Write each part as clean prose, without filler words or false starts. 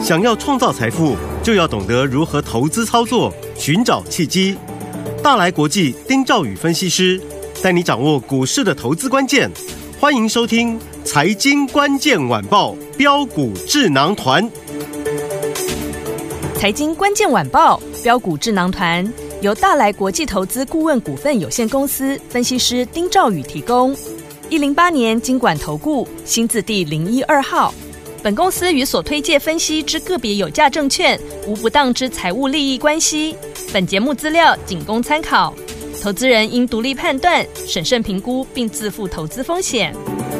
想要创造财富，就要懂得如何投资操作，寻找契机。大来国际丁兆宇分析师带你掌握股市的投资关键。欢迎收听《财经关键晚报》标股智囊团。 财经关键晚报标股智囊团由大来国际投资顾问股份有限公司分析师丁兆宇提供。108年金管投顾新字第012号。本公司与所推介分析之个别有价证券无不当之财务利益关系。本节目资料仅供参考，投资人应独立判断、审慎评估并自负投资风险。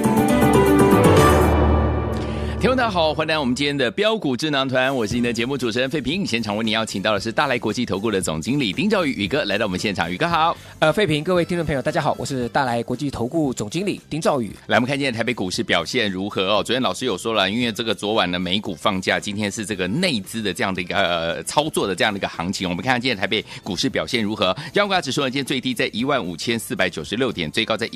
听众大家好，欢迎来到我们今天的标股智囊团，我是你的节目主持人费平。现场为你邀请到的是大来国际投顾的总经理丁兆宇宇哥来到我们现场，宇哥好。 费平，各位听众朋友大家好，我是大来国际投顾总经理丁兆宇。 来，我们看今天台北股市表现如何哦？昨天老师有说了，因为这个昨晚的美股放假，今天是这个内资的这样的一个操作的这样的一个行情。我们看看今天台北股市表现如何？加权指数呢，今天最低在15496点，最高在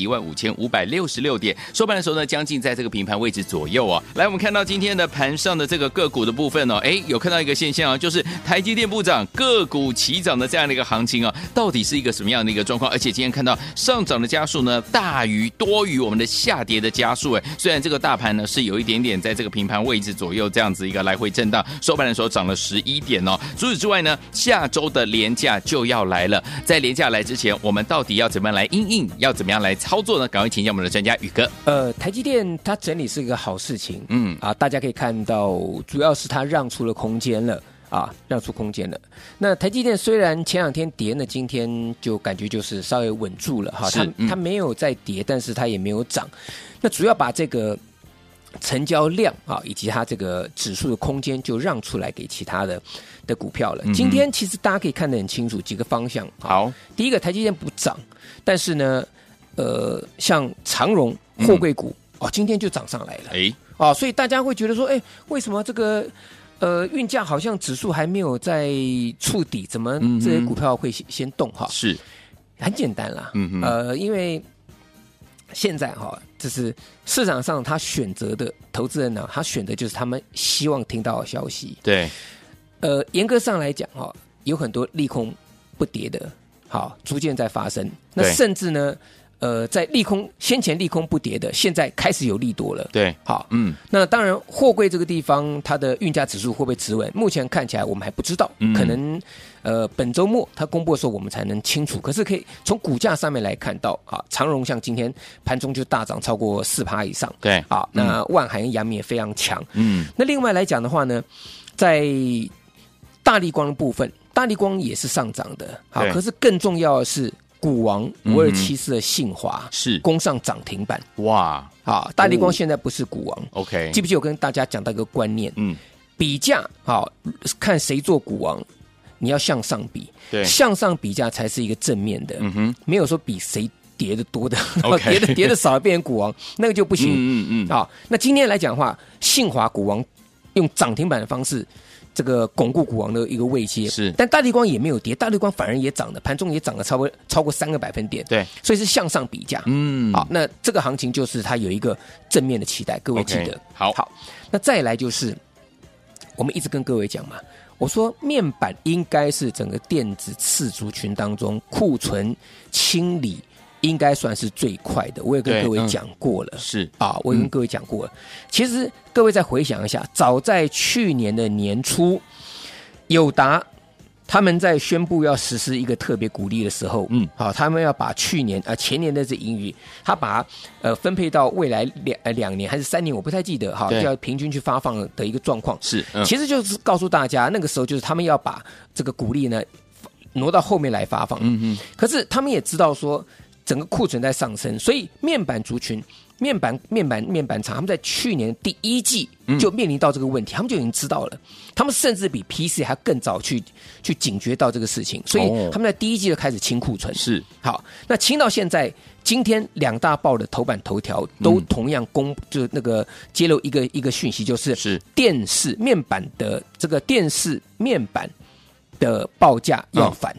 15566点，收盘的时候呢，将近在这个平盘位置左右哦。来，我们看到今天的盘上的这个个股的部分哦，有看到一个现象啊，就是台积电部涨，个股齐涨的这样的一个行情啊，到底是一个什么样的一个状况？而且今天看到上涨的家数呢，多于我们的下跌的家数。虽然这个大盘呢是有一点点在这个平盘位置左右这样子一个来回震荡，收盘的时候涨了11点哦。除此之外呢，下周的连假就要来了，在连假来之前，我们到底要怎么样来因应，要怎么样来操作呢？赶快请教我们的专家宇哥。 台积电它整理是一个好事情，大家可以看到，主要是它让出了空间了。让出空间了。那台积电虽然前两天跌呢，今天就感觉就是稍微稳住了哈，它没有再跌，但是它也没有涨。那主要把这个成交量以及它这个指数的空间就让出来给其他的股票了。今天其实大家可以看得很清楚几个方向。 好， 第一个台积电不涨，但是呢，像长荣货柜股今天就涨上来了。所以大家会觉得说，为什么这个运价好像指数还没有在触底，怎么这些股票会先动哈？是很简单啦，因为现在就是市场上他选择的投资人呢，他选的就是他们希望听到的消息。 对， 严格上来讲有很多利空不跌的，逐渐在发生。那甚至呢，在先前利空不跌的，现在开始有利多了。 对， 那当然，货柜这个地方它的运价指数会不会持稳？目前看起来我们还不知道，可能本周末它公布的时候我们才能清楚。可是可以从股价上面来看到，长荣像今天盘中就大涨超过4%以上。 对， 那万海跟阳明也非常强。那另外来讲的话呢，在大立光的部分，大立光也是上涨的。可是更重要的是，股王5274的信华是攻上涨停板。哇！大立光现在不是股王。 OK， 记不记得我跟大家讲到一个观念？比价看谁做股王，你要向上比，对，向上比价才是一个正面的。没有说比谁跌的多的，跌的少了变成股王，那个就不行。那今天来讲的话，信华股王用涨停板的方式，这个巩固股王的一个位阶是，但大立光也没有跌，大立光反而也涨了，盘中也涨了超过3个百分点，对，所以是向上比价。那这个行情就是它有一个正面的期待，各位记得。好，那再来就是我们一直跟各位讲嘛，我说面板应该是整个电子次族群当中库存清理应该算是最快的，我也跟各位讲过了。是我也跟各位讲过了。其实各位再回想一下，早在去年的年初，友达他们在宣布要实施一个特别股利的时候，他们要把前年的这盈余，他把它分配到未来2年还是3年，我不太记得就要平均去发放的一个状况。是，其实就是告诉大家，那个时候就是他们要把这个股利呢挪到后面来发放。可是他们也知道说，整个库存在上升，所以面板族群、面板厂，他们在去年第1季就面临到这个问题，他们就已经知道了，他们甚至比 PC 还更早去警觉到这个事情，所以他们在第1季就开始清库存。是，好，那清到现在，今天2大报的头版头条都同样就那个揭露一个讯息，就是电视面板的这个电视面板的报价要反弹。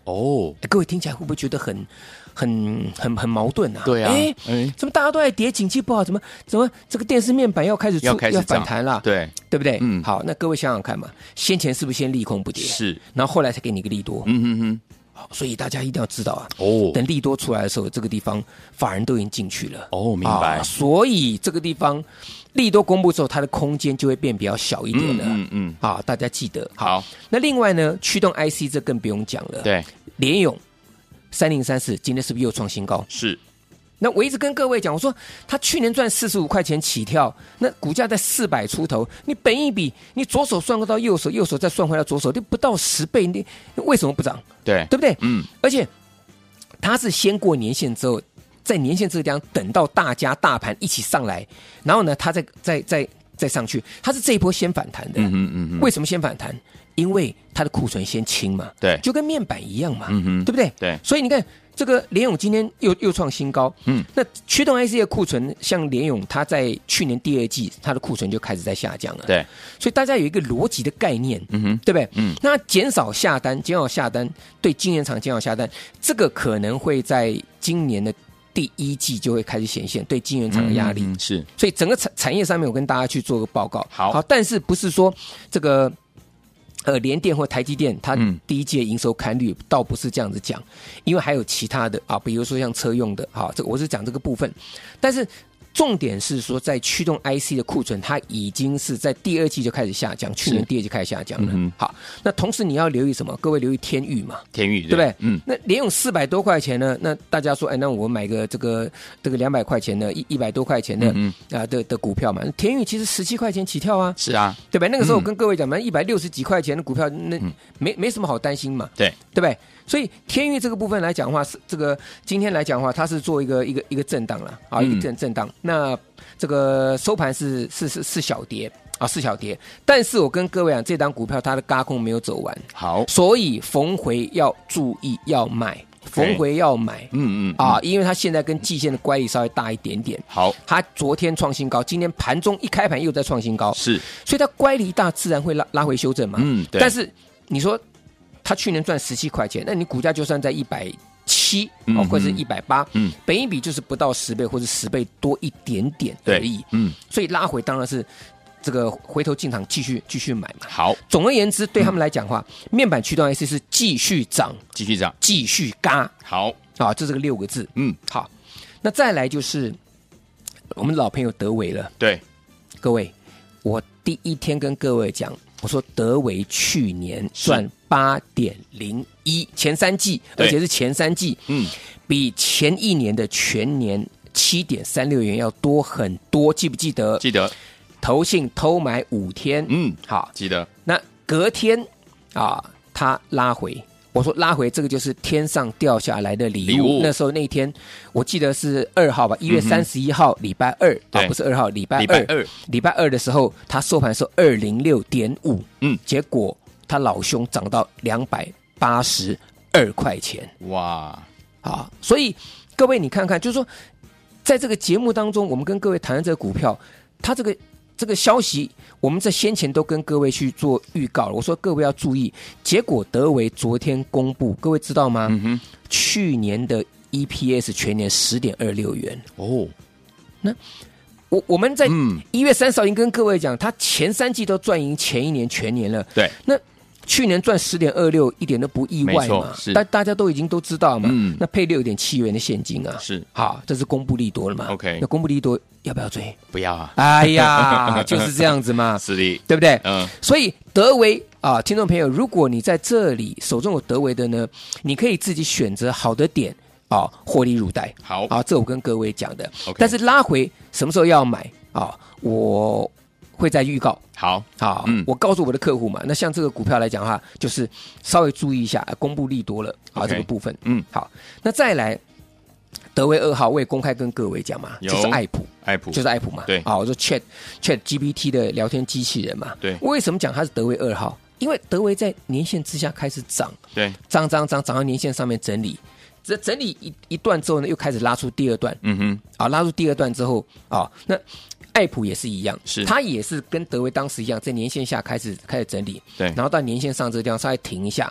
哦， 各位听起来会不会觉得很矛盾啊？ 对啊， 怎么大家都在跌，景气不好，怎么这个电视面板要开始要反弹了？ 对不对？好，那各位想想看嘛，先前是不是先利空不跌？ 是， 然后后来才给你一个利多。好，所以大家一定要知道啊，等利多出来的时候，这个地方法人都已经进去了。明白。所以这个地方利多公布之后，它的空间就会变比较小一点了。大家记得。 好， 那另外呢，驱动 IC 这更不用讲了。 对， 联咏3034今天是不是又创新高？ 是。 那我一直跟各位讲，我说他去年赚45块钱起跳，那股价在400出头，你本益比你左手算到右手，右手再算回到左手，就不到10倍，你为什么不涨？ 对不对？而且它是先过年线之后，在年线这个地方等到大盘一起上来，然后呢，它再上去，它是这一波先反弹的。为什么先反弹？因为它的库存先清嘛， 对， 就跟面板一样嘛，对不对？ 对， 所以你看这个联咏今天又创新高，那驱动 IC 的库存，像联咏，它在去年第2季它的库存就开始在下降了， 对， 所以大家有一个逻辑的概念，对不对？那减少下单，对晶圆厂减少下单，这个可能会在今年的第1季就会开始显现对晶圆厂的压力， 是， 所以整个产业上面，我跟大家去做个报告， 好， 但是不是说这个。联电或台积电，它第1季的营收看率倒不是这样子讲，因为还有其他的比如说像车用的，这个我是讲这个部分，但是重点是说，在驱动 IC 的库存，它已经是在第2季就开始下降，去年第2季开始下降了。好，那同时你要留意什么？各位留意天钰嘛， 天钰对不对？那联咏400多块钱呢？那大家说，那我买个这个200块钱的100多块钱的的股票嘛，天钰其实17块钱起跳啊， 是啊， 对吧？那个时候我跟各位讲嘛，160几块钱的股票，那没什么好担心嘛， 对不对？所以天钰这个部分来讲的话，是这个今天来讲的话，它是做一个震荡了一个震荡。那这个收盘是小跌是小跌，但是我跟各位讲，这档股票它的軋空没有走完， 好， 所以逢回要注意要买，逢回要买，因为它现在跟季线的乖离稍微大一点点。 好， 它昨天创新高，今天盘中一开盘又在创新高， 是， 所以它乖离大，自然会拉回修正嘛。 对。 但是你说它去年赚17块钱，那你股价就算在170或者是180，本益比就是不到10倍或者10倍多一点点而已。所以拉回当然是这个回头进场继续买嘛。 好， 总而言之，对他们来讲的话，面板驱动 IC 是继续涨，继续嘎。 好这是个6个字。好，那再来就是我们老朋友德微了。 对， 各位，我第1天跟各位讲，我说德微去年赚8.01，前3季，而且是前3季，比前1年的全年7.36元要多很多，记不记得？ 记得。 投信偷买5天，好， 记得。 那隔天它拉回，我说拉回这个就是天上掉下来的礼物。那时候那天我记得是2号吧，1月31号礼拜二不是2号，礼拜二的时候，它收盘收206.5，结果它老兄涨到282块钱， 哇！ 所以各位你看看，就是说在这个节目当中，我们跟各位谈的这个股票，它这个消息，我们在先前都跟各位去做预告了。我说各位要注意，结果德微昨天公布，各位知道吗？去年的 EPS 全年10.26元哦。那我们在1月30号已经跟各位讲，它前3季都赚赢前1年全年了。 对， 那去年赚10.26一点都不意外嘛，大家都已经都知道嘛。那配6.7元的现金啊， 是好，这是公布利多了嘛。 OK， 那公布利多要不要追？ 不要啊！ 哎呀，就是这样子嘛， 是的， 对不对？所以德微听众朋友，如果你在这里手中有德微的呢，你可以自己选择好的点获利入袋。 好这我跟各位讲的。但是拉回什么时候要买我会在预告。好，我告诉我的客户嘛，那像这个股票来讲的话，就是稍微注意一下，公布利多了这个部分。好，那再来德微2号，我也公开跟各位讲嘛，就是爱普就是爱普嘛。 对， 我说 Chat GPT 的聊天机器人嘛。 对， 为什么讲它是德微2号？因为德微在年线之下开始涨， 对， 涨到年线上面整理。整理一段之后呢，又开始拉出第2段。拉出第2段之后那爱普也是一样，它也是跟德微当时一样，在年线下开始整理， 对， 然后到年线上这个地方稍微停一下，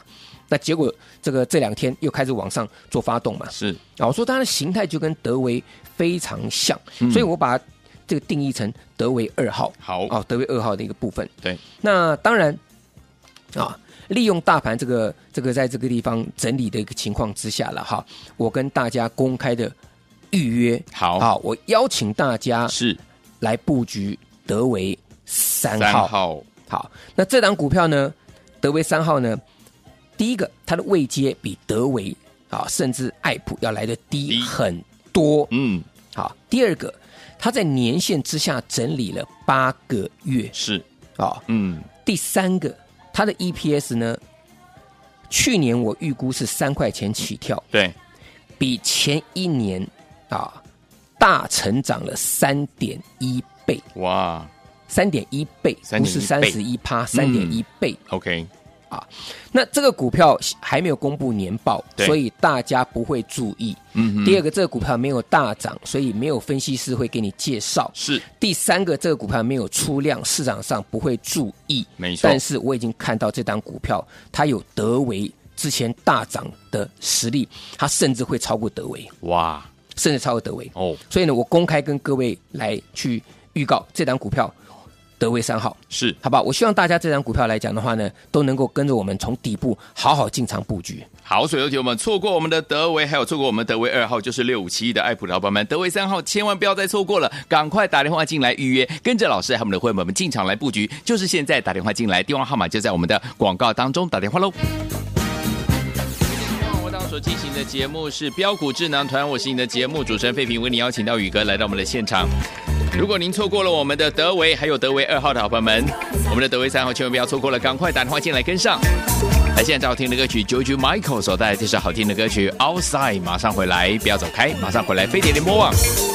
那结果这两天又开始往上做发动嘛， 是我说它的形态就跟德微非常像，所以我把这个定义成德微2号， 好德微2号的一个部分。 对， 那当然利用大盘这个在这个地方整理的一个情况之下了哈，我跟大家公开的预约，好，我邀请大家是来布局德微3号。好，那这档股票呢，德微3号呢，第一个它的位阶比德微甚至爱普要来的低很多，好，第二个它在年线之下整理了8个月， 是第三个它的 EPS 呢，去年我预估是3块钱起跳， 对， 比前一年大成长了3.1倍， 哇 ，3.1倍，不是31%，3.1倍。 OK， 那这个股票还没有公布年报，所以大家不会注意。第二个，这个股票没有大涨，所以没有分析师会给你介绍。 是。 第三个，这个股票没有出量，市场上不会注意。 没错。 但是我已经看到这档股票，它有德微之前大涨的实力，它甚至会超过德微。 哇！ 甚至超过德微哦。 所以呢，我公开跟各位来去预告这档股票。德微3号是， 好吧？我希望大家这张股票来讲的话呢，都能够跟着我们从底部好好进场布局。 好，所有听友们错过我们的德微，还有错过我们德微2号，就是6571的爱普的老板们，德微3号千万不要再错过了，赶快打电话进来预约，跟着老师还有我们的会员们进场来布局，就是现在打电话进来，电话号码就在我们的广告当中，打电话喽。所进行的节目是标股智囊团，我是你的节目主持人费平，为你邀请到宇哥来到我们的现场。如果您错过了我们的德微还有德微2号的好朋友们，我们的德微3号千万不要错过了，赶快打电话进来跟上。来，现在最好听的歌曲 George Michael 所带来这首好听的歌曲 Outside， 马上回来，不要走开，马上回来，飞碟联播网。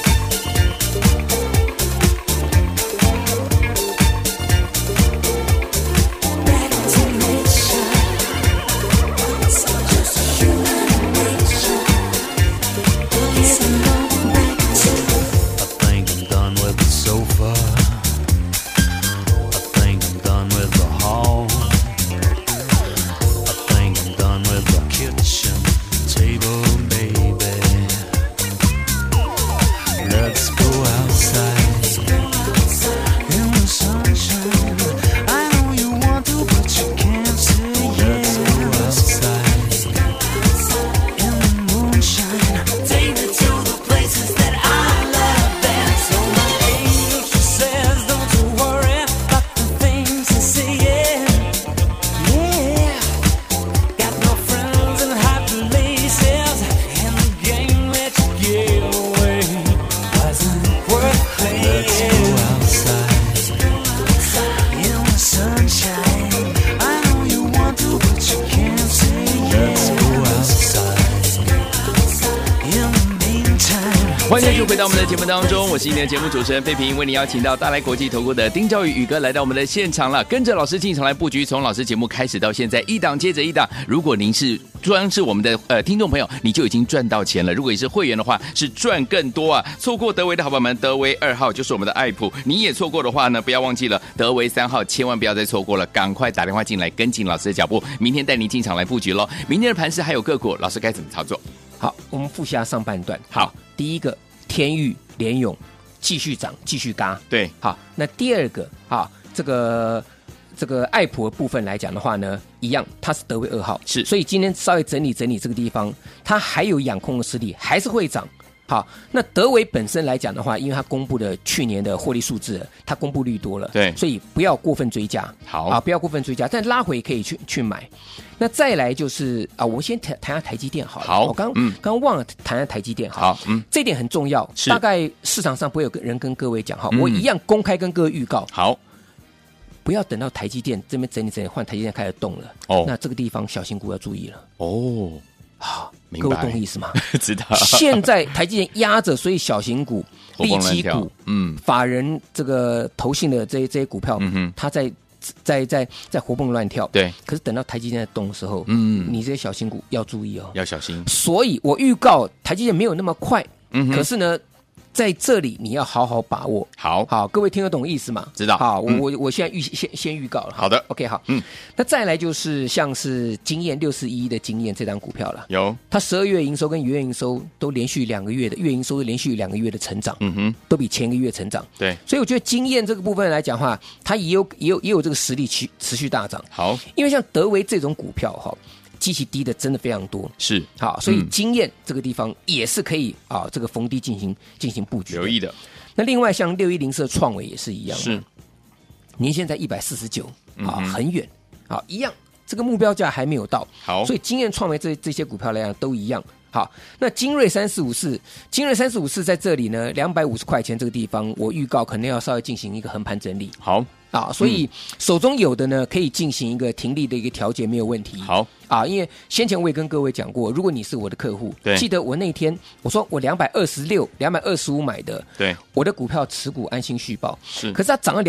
欢迎继续回到我们的节目当中，我是今天的节目主持人费平，为你邀请到大来国际投顾的丁兆宇宇哥来到我们的现场了，跟着老师进场来布局，从老师节目开始到现在，一档接着一档。如果您是专是我们的听众朋友，你就已经赚到钱了；如果你是会员的话，是赚更多啊！错过德微的好朋友们，德微2号就是我们的爱普，你也错过的话呢，不要忘记了德微3号，千万不要再错过了，赶快打电话进来跟紧老师的脚步，明天带你进场来布局咯。明天的盘势还有个股，老师该怎么操作？ 好，我们复习下上半段。 好， 第一个天钰联咏继续涨，继续嘎。 对， 好，那第二个这个爱普的部分来讲的话呢，一样，它是德微2号， 是， 所以今天稍微整理这个地方，它还有养空的实力，还是会涨。好，那德微本身来讲的话，因为它公布的去年的获利数字，它公布率多了， 对， 所以不要过分追加。 好不要过分追加，但拉回可以去买。那再来就是我先谈下台积电好了。 好， 我刚忘了谈下台积电。 好， 这点很重要，大概市场上不会有人跟各位讲哈，我一样公开跟各位预告。 好， 不要等到台积电这边整理换台积电开始动了，那这个地方小型股要注意了。好，各位懂意思吗？ 知道。 现在台积电压着，所以小型股、利基股、法人这个投信的这些股票，它在活蹦乱跳。 对。 可是等到台积电在动的时候，你这些小型股要注意哦， 要小心。 所以我预告台积电没有那么快，可是呢， 在这里你要好好把握。好，各位听得懂意思吗？ 知道。 好，我现在先预告了。 好的 ，OK， 好。那再来就是像是经验6411的经验这张股票了。 有，它 12月营收跟1月营收都连续2个月的月营收，连续2个月的成长，都比前一个月成长。 对， 所以我觉得经验这个部分来讲的话，它也有这个实力持续大涨。 好， 因为像德微这种股票哈。基期低的真的非常多， 是好，所以经验这个地方也是可以这个逢低进行布局留意的。 那另外像6104的创惟也是一样， 是年线在149很远一样，这个目标价还没有到， 好， 所以经验创惟这些股票来讲都一样。好，那精锐3454在这里呢，250块钱这个地方，我预告可能要稍微进行一个横盘整理。 好。 所以手中有的呢，可以进行一个停利的一个调节，没有问题。 好因为先前我也跟各位讲过，如果你是我的客户，记得我那天我说我226、225买的， 对， 我的股票持股安心续报， 是， 可是它涨到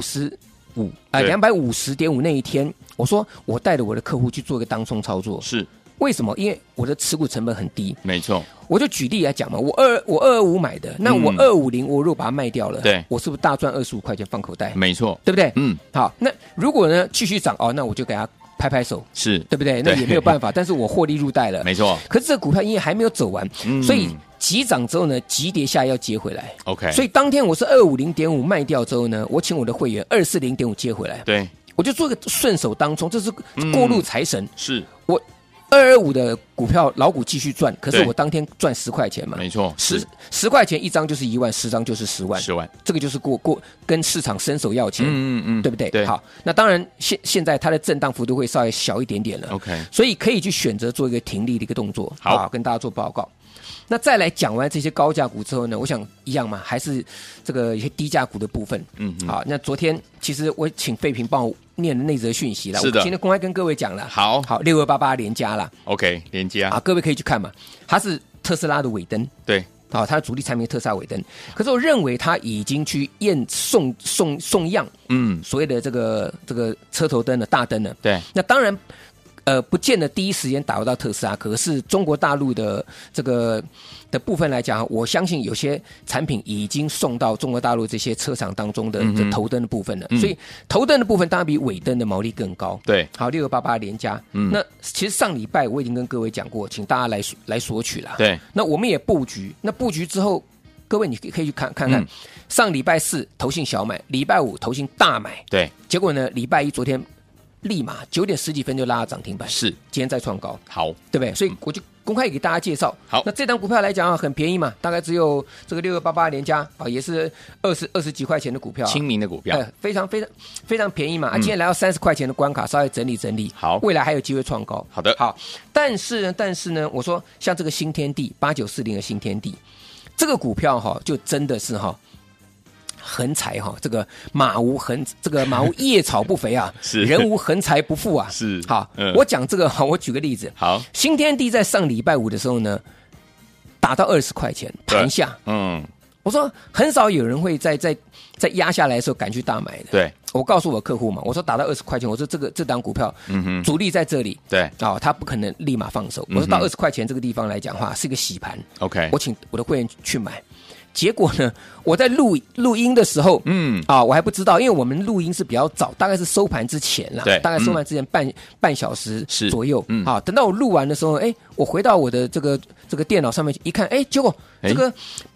250.5那一天，我说我带着我的客户去做一个当冲操作， 是。 为什么？因为我的持股成本很低， 没错。 我就举例来讲嘛，我225买的，那我250，我如果把它卖掉了， 对， 我是不是大赚25块钱放口袋？ 没错， 对不对？好，那如果呢继续涨那我就给它拍拍手， 是对不对？那也没有办法，但是我获利入袋了， 没错。 可是这个股票因为还没有走完，所以急涨之后呢，急跌下要接回来。 OK， 所以当天我是250.5卖掉之后呢，我请我的会员240.5接回来， 对， 我就做个顺手当冲，这是过路财神， 是我。225的股票老股继续赚，可是我当天赚10块钱嘛， 没错 ，10块钱一张就是1万，10张就是10万 ，10万， 这个就是跟市场伸手要钱，对不对？ 对， 好，那当然现在它的震荡幅度会稍微小一点点了 ，OK， 所以可以去选择做一个停利的一个动作， 好， 跟大家做报告。那再来讲完这些高价股之后呢，我想一样嘛，还是这个一些低价股的部分。好，那昨天其实我请废平帮我念的那则讯息了， 是的， 我今天公开跟各位讲了。 好 ，6288连加了 ，OK， 连加各位可以去看嘛，它是特斯拉的尾灯， 对， 它的主力产品特斯拉尾灯，可是我认为它已经去送样，所谓的这个车头灯的大灯了， 对， 那当然。不见得第一时间打入到特斯拉，可是中国大陆的这个的部分来讲，我相信有些产品已经送到中国大陆这些车厂当中的这头灯的部分了，所以头灯的部分当然比尾灯的毛利更高。 对， 好，6288连加，那其实上礼拜我已经跟各位讲过，请大家来索取了。 对， 那我们也布局，那布局之后，各位你可以去看看，上礼拜4投信小买，礼拜5投信大买， 对， 结果呢，礼拜1昨天。立马9点10几分就拉到涨停板， 是今天再创高， 好， 对不对？所以我就公开给大家介绍。 好， 那这档股票来讲很便宜嘛，大概只有这个6288连加也是20几块钱的股票， 亲民的股票， 非常便宜嘛。今天来到30块钱的关卡，稍微整理， 好， 未来还有机会创高。 好的， 好，但是呢，我说像这个新天地8940的新天地，这个股票就真的是横财这个马无夜草不肥啊， 是人无横财不富啊， 是好。我讲这个我举个例子， 好， 新天地在上礼拜5的时候呢，打到20块钱盘下，我说很少有人会在压下来的时候敢去大买的， 对， 我告诉我客户嘛，我说打到20块钱，我说这档股票，主力在这里， 对， 他不可能立马放手，我说到20块钱这个地方来讲的话，是一个洗盘 ，OK， 我请我的会员去买。结果呢，我在录音的时候，我还不知道，因为我们录音是比较早，大概是收盘之前啦， 对， 大概收盘之前半小时左右，等到我录完的时候，我回到我的这个电脑上面一看，结果这个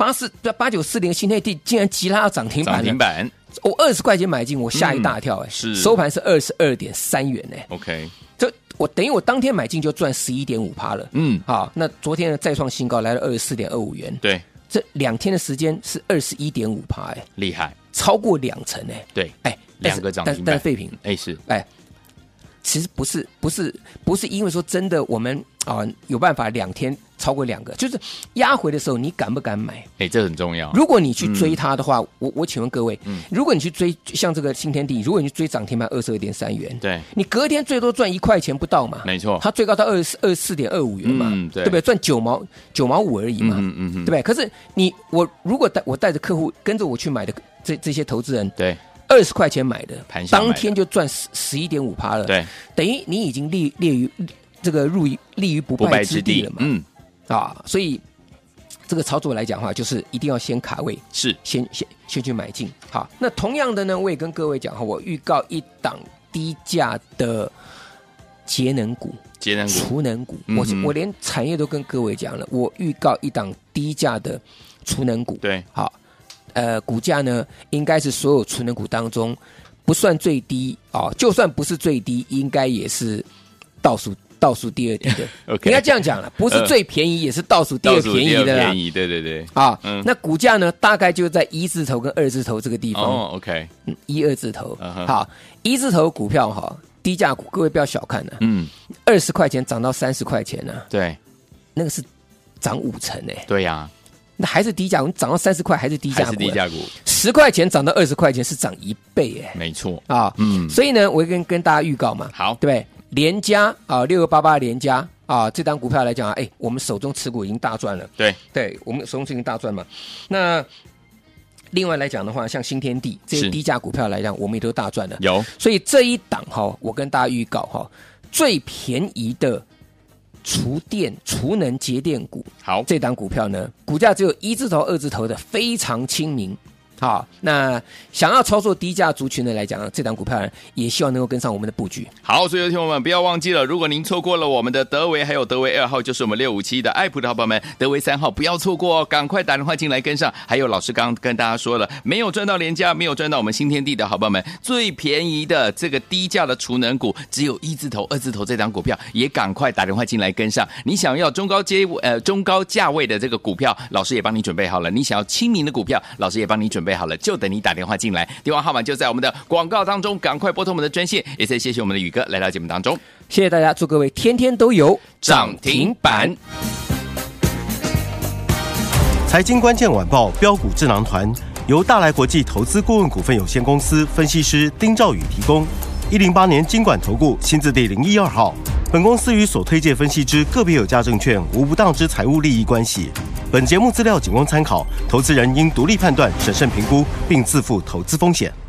8940新天地竟然急拉到涨停板了，我20块钱买进，我吓一大跳， 是收盘是22.3元呢 ，OK， 这我等于我当天买进就赚11.5%了，好，那昨天呢再创新高，来到24.25元， 对。 这2天的时间是21.5%， 厉害， 超过2成对，2个涨停板， 但废品， 是， 其实不是因为说真的，我们有办法2天超过2个，就是压回的时候你敢不敢买？ 这很重要。 如果你去追它的话，我请问各位，如果你去追像这个新天地，如果你去追涨停板22.3元， 对，你隔天最多赚1块钱不到嘛， 没错， 它最高到24.25元嘛，对不对？赚9毛5而已嘛，对不对？可是我如果我带着客户跟着我去买的这些投资人， 对。 20块钱买的，当天就赚11.5%了， 对， 等于你已经立于这个立于不败之地了嘛，所以这个操作来讲的话，就是一定要先卡位， 是先去买进。好，那同样的呢，我也跟各位讲哈，我预告一档低价的节能股、储能股，我连产业都跟各位讲了，我预告一档低价的储能股。 对， 好，股价呢应该是所有储能股当中不算最低啊，就算不是最低，应该也是倒数第二低的。 okay, 应该这样讲了，不是最便宜，也是倒数第二便宜的啦。 便宜，对对对。 啊，那股价呢，大概就在一字头跟二字头这个地方。 哦 ，OK， 1、2字头。好，一字头股票哈，低价股，各位不要小看了。20块钱涨到30块钱呢。 对， 那个是涨5成哎。 对呀。 那还是低价股，涨到30块还是低价股？还是低价股。 10块钱涨到20块钱是涨1倍哎。 没错啊，所以呢，我跟大家预告嘛， 好， 对不对？联嘉啊，6288联嘉啊，这档股票来讲啊，我们手中持股已经大赚了。对，我们手中持股已经大赚嘛。那另外来讲的话，像新天地这些低价股票来讲，我们也都大赚了。 有， 所以这一档哈，我跟大家预告哈，最便宜的储能节电股， 好， 这档股票呢，股价只有1字头、2字头的，非常亲民。好，那想要操作低价族群的来讲，这档股票也希望能够跟上我们的布局。 好，所以有听众们不要忘记了，如果您错过了我们的德微还有德微2号，就是我们657的爱普的好朋友们，德微3号不要错过哦，赶快打电话进来跟上。还有老师刚刚跟大家说了，没有赚到联嘉，没有赚到我们新天地的好朋友们，最便宜的这个低价的储能股，只有1字头、2字头这档股票，也赶快打电话进来跟上。你想要中高价位的这个股票，老师也帮你准备好了；你想要亲民的股票，老师也帮你准备好了，就等你打电话进来，电话号码就在我们的广告当中，赶快拨通我们的专线。也再谢谢我们的宇哥来到节目当中， 谢谢大家，祝各位天天都有涨停板。 财经关键晚报标股智囊团由大来国际投资顾问股份有限公司分析师丁兆宇提供。108年金管投顾新字第012号。本公司与所推介分析之个别有价证券无不当之财务利益关系。本节目资料仅供参考，投资人应独立判断、审慎评估，并自负投资风险。